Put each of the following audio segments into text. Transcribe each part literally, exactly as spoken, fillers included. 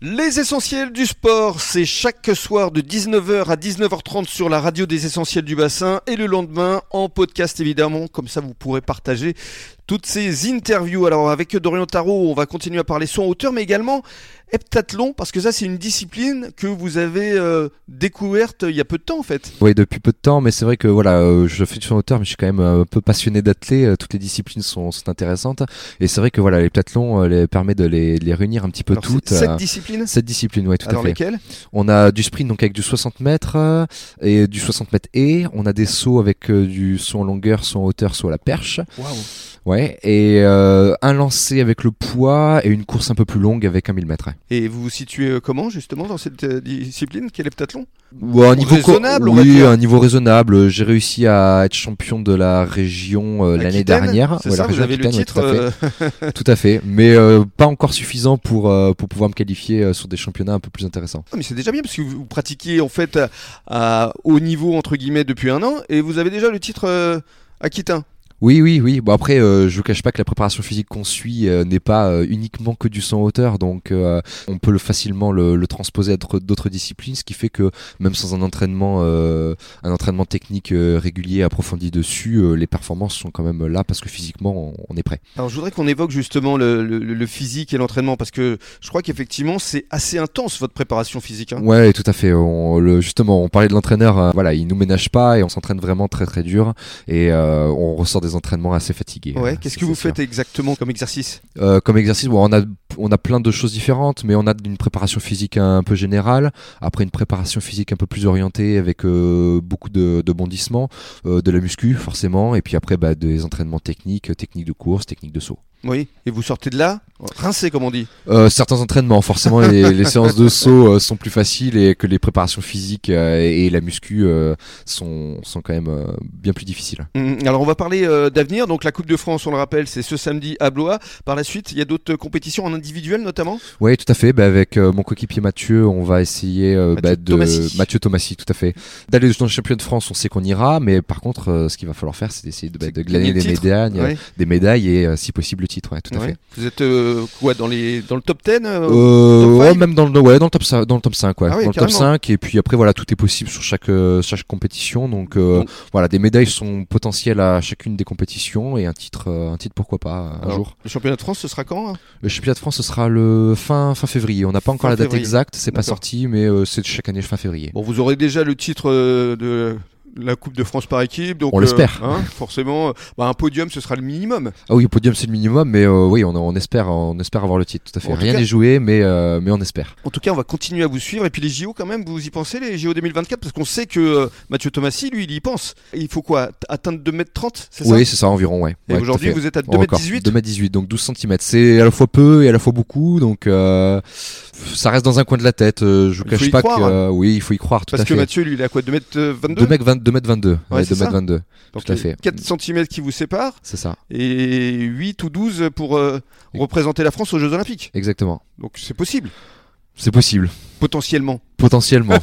Les essentiels du sport, c'est chaque soir de dix-neuf heures à dix-neuf heures trente sur la radio des essentiels du bassin et le lendemain en podcast évidemment, comme ça vous pourrez partager toutes ces interviews. Alors avec Dorian Tarot, on va continuer à parler saut en hauteur mais également heptathlon, parce que ça c'est une discipline que vous avez euh, découverte il y a peu de temps en fait. Oui, depuis peu de temps, mais c'est vrai que voilà, euh, je fais du saut en hauteur mais je suis quand même un peu passionné d'athlé, euh, toutes les disciplines sont, sont intéressantes et c'est vrai que voilà, l'heptathlon euh, les, permet de les, de les réunir un petit peu. Alors, toutes. Sept euh, disciplines Sept disciplines, oui, tout Alors à fait. Lesquelles? On a du sprint donc avec du soixante mètres euh, et du soixante mètres et on a des sauts avec euh, du saut en longueur, saut en hauteur, saut à la perche. Waouh. Ouais, et euh, un lancer avec le poids et une course un peu plus longue avec un mille mètres. Et vous vous situez comment justement dans cette euh, discipline? Quel heptathlon? Ouais, un niveau raisonnable, co- on va oui, dire. un niveau raisonnable. J'ai réussi à être champion de la région euh, l'année Aquitaine, dernière. c'est Ouais, ça, la vous région avez le Aquitaine, titre. ouais, tout, à euh, fait. Tout à fait, mais euh, pas encore suffisant pour euh, pour pouvoir me qualifier euh, sur des championnats un peu plus intéressants. Ah, mais c'est déjà bien parce que vous, vous pratiquez en fait à, à haut niveau entre guillemets depuis un an et vous avez déjà le titre euh, aquitain. Oui, oui, oui. Bon après, euh, je vous cache pas que la préparation physique qu'on suit euh, n'est pas euh, uniquement que du saut en hauteur, donc euh, on peut le, facilement le, le transposer à d'autres, d'autres disciplines, ce qui fait que même sans un entraînement, euh, un entraînement technique euh, régulier, approfondi dessus, euh, les performances sont quand même là parce que physiquement on, on est prêt. Alors je voudrais qu'on évoque justement le, le, le physique et l'entraînement parce que je crois qu'effectivement c'est assez intense votre préparation physique. Hein. Ouais, tout à fait. On, le, justement, on parlait de l'entraîneur. Euh, voilà, il nous ménage pas et on s'entraîne vraiment très très dur et euh, on ressort des entraînements assez fatigués. Ouais. Euh, Qu'est-ce ça, que vous c'est faites sûr. exactement comme exercice? Euh, comme exercice, bon, on a on a plein de choses différentes, mais on a une préparation physique un, un peu générale. Après une préparation physique un peu plus orientée avec euh, beaucoup de, de bondissements, euh, de la muscu forcément, et puis après bah, des entraînements techniques, techniques de course, techniques de saut. Oui. Et vous sortez de là rincé comme on dit. Euh, certains entraînements, forcément, les, les séances de saut euh, sont plus faciles et que les préparations physiques euh, et la muscu euh, sont, sont quand même euh, bien plus difficiles. Hum, Alors on va parler euh, d'avenir. Donc la Coupe de France, on le rappelle, c'est ce samedi à Blois. Par la suite, il y a d'autres compétitions en individuel notamment. Oui, tout à fait. Bah, avec euh, mon coéquipier Mathieu, on va essayer euh, Mathieu bah, de Thomasy. Mathieu Thomasy, tout à fait, d'aller dans le championnat de France. On sait qu'on ira, mais par contre, euh, ce qu'il va falloir faire, c'est d'essayer de, bah, de glaner Gagner le des titre. médailles, Ouais. des médailles et euh, si possible le titre. Ouais, tout à Ouais. fait. Vous êtes euh, quoi dans les dans le top dix euh, Euh, top ouais, cinq? même dans le ouais, dans le top cinq, dans le top cinq, ouais. Ah oui, dans le top carrément. cinq et puis après voilà, tout est possible sur chaque euh, chaque compétition. Donc, euh, Donc- voilà, des médailles sont potentielles à chacune des compétitions et un titre euh, un titre pourquoi pas un Alors, jour. Le championnat de France, ce sera quand hein? Le championnat de France ce sera le fin fin février. On n'a pas encore Fin la date février. exacte, c'est pas D'accord. sorti mais euh, c'est chaque année fin février. Bon, vous aurez déjà le titre euh, de la Coupe de France par équipe, donc On l'espère. euh, hein, forcément, euh, bah, un podium, ce sera le minimum. Ah oui, le podium c'est le minimum mais euh, oui, on, on espère on espère avoir le titre tout à fait. En tout Rien cas- n'est joué mais euh, mais on espère. En tout cas, on va continuer à vous suivre. Et puis les J O, quand même, vous y pensez, les J O deux mille vingt-quatre? Parce qu'on sait que euh, Mathieu Thomasy, lui, il y pense. Il faut quoi? Atteindre deux mètres trente, c'est ça? Oui, c'est ça environ, ouais. Et Ouais, tout à aujourd'hui, fait. vous êtes à En deux mètres record, dix-huit? deux mètres dix-huit, donc douze centimètres. C'est à la fois peu et à la fois beaucoup, donc euh, ça reste dans un coin de la tête. Euh, je vous Il faut cache y pas croire. que euh, oui, il faut y croire, tout Parce à que fait. Mathieu, lui, il est à quoi? deux mètres vingt-deux? deux mètres vingt, deux mètres vingt-deux. Ouais, Ouais, c'est deux ça. mètres vingt-deux. Donc, tout à fait. quatre centimètres qui vous séparent C'est ça. et huit ou douze pour euh, représenter la France aux Jeux Olympiques. Exactement. Donc c'est possible, C'est possible. potentiellement. Potentiellement.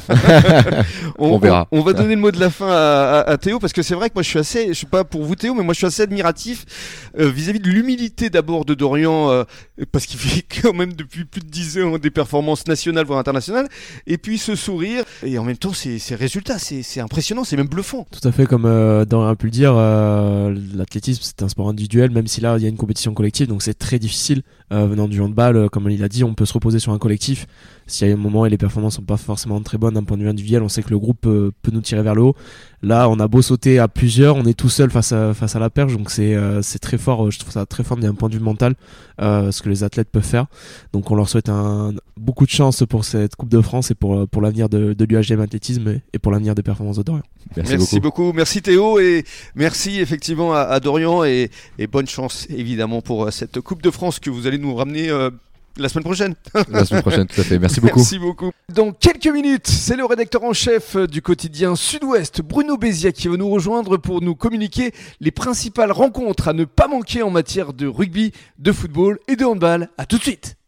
On verra. On, va donner le mot de la fin à, à- à Théo parce que c'est vrai que moi je suis assez, je sais pas pour vous Théo, mais moi je suis assez admiratif euh, vis-à-vis de l'humilité d'abord de Dorian euh, parce qu'il fait quand même depuis plus de dix ans des performances nationales voire internationales et puis ce sourire et en même temps ces, ces résultats, c'est, c'est impressionnant, c'est même bluffant. Tout à fait, comme euh, Dorian a pu le dire, euh, l'athlétisme c'est un sport individuel, même si là il y a une compétition collective, donc c'est très difficile. Euh, venant du handball, euh, comme il a dit, on peut se reposer sur un collectif. S'il y a un moment et les performances sont pas forcément très bonnes d'un point de vue individuel, on sait que le groupe peut, peut nous tirer vers le haut. Là, on a beau sauter à plusieurs, on est tout seul face à, face à la perche, donc c'est, euh, c'est très fort. Je trouve ça très fort d'un point de vue mental, euh, ce que les athlètes peuvent faire. Donc on leur souhaite un, beaucoup de chance pour cette Coupe de France et pour, pour l'avenir de, de l'U H G M Athlétisme et, et pour l'avenir des performances de Dorian. Merci, Merci beaucoup. beaucoup. Merci Théo et merci effectivement à, à Dorian et, et bonne chance évidemment pour euh, cette Coupe de France que vous allez nous ramener euh, la semaine prochaine. La semaine prochaine, tout à fait. Merci beaucoup. Merci beaucoup. Dans quelques minutes, c'est le rédacteur en chef du quotidien Sud-Ouest, Bruno Bézia, qui va nous rejoindre pour nous communiquer les principales rencontres à ne pas manquer en matière de rugby, de football et de handball. À tout de suite.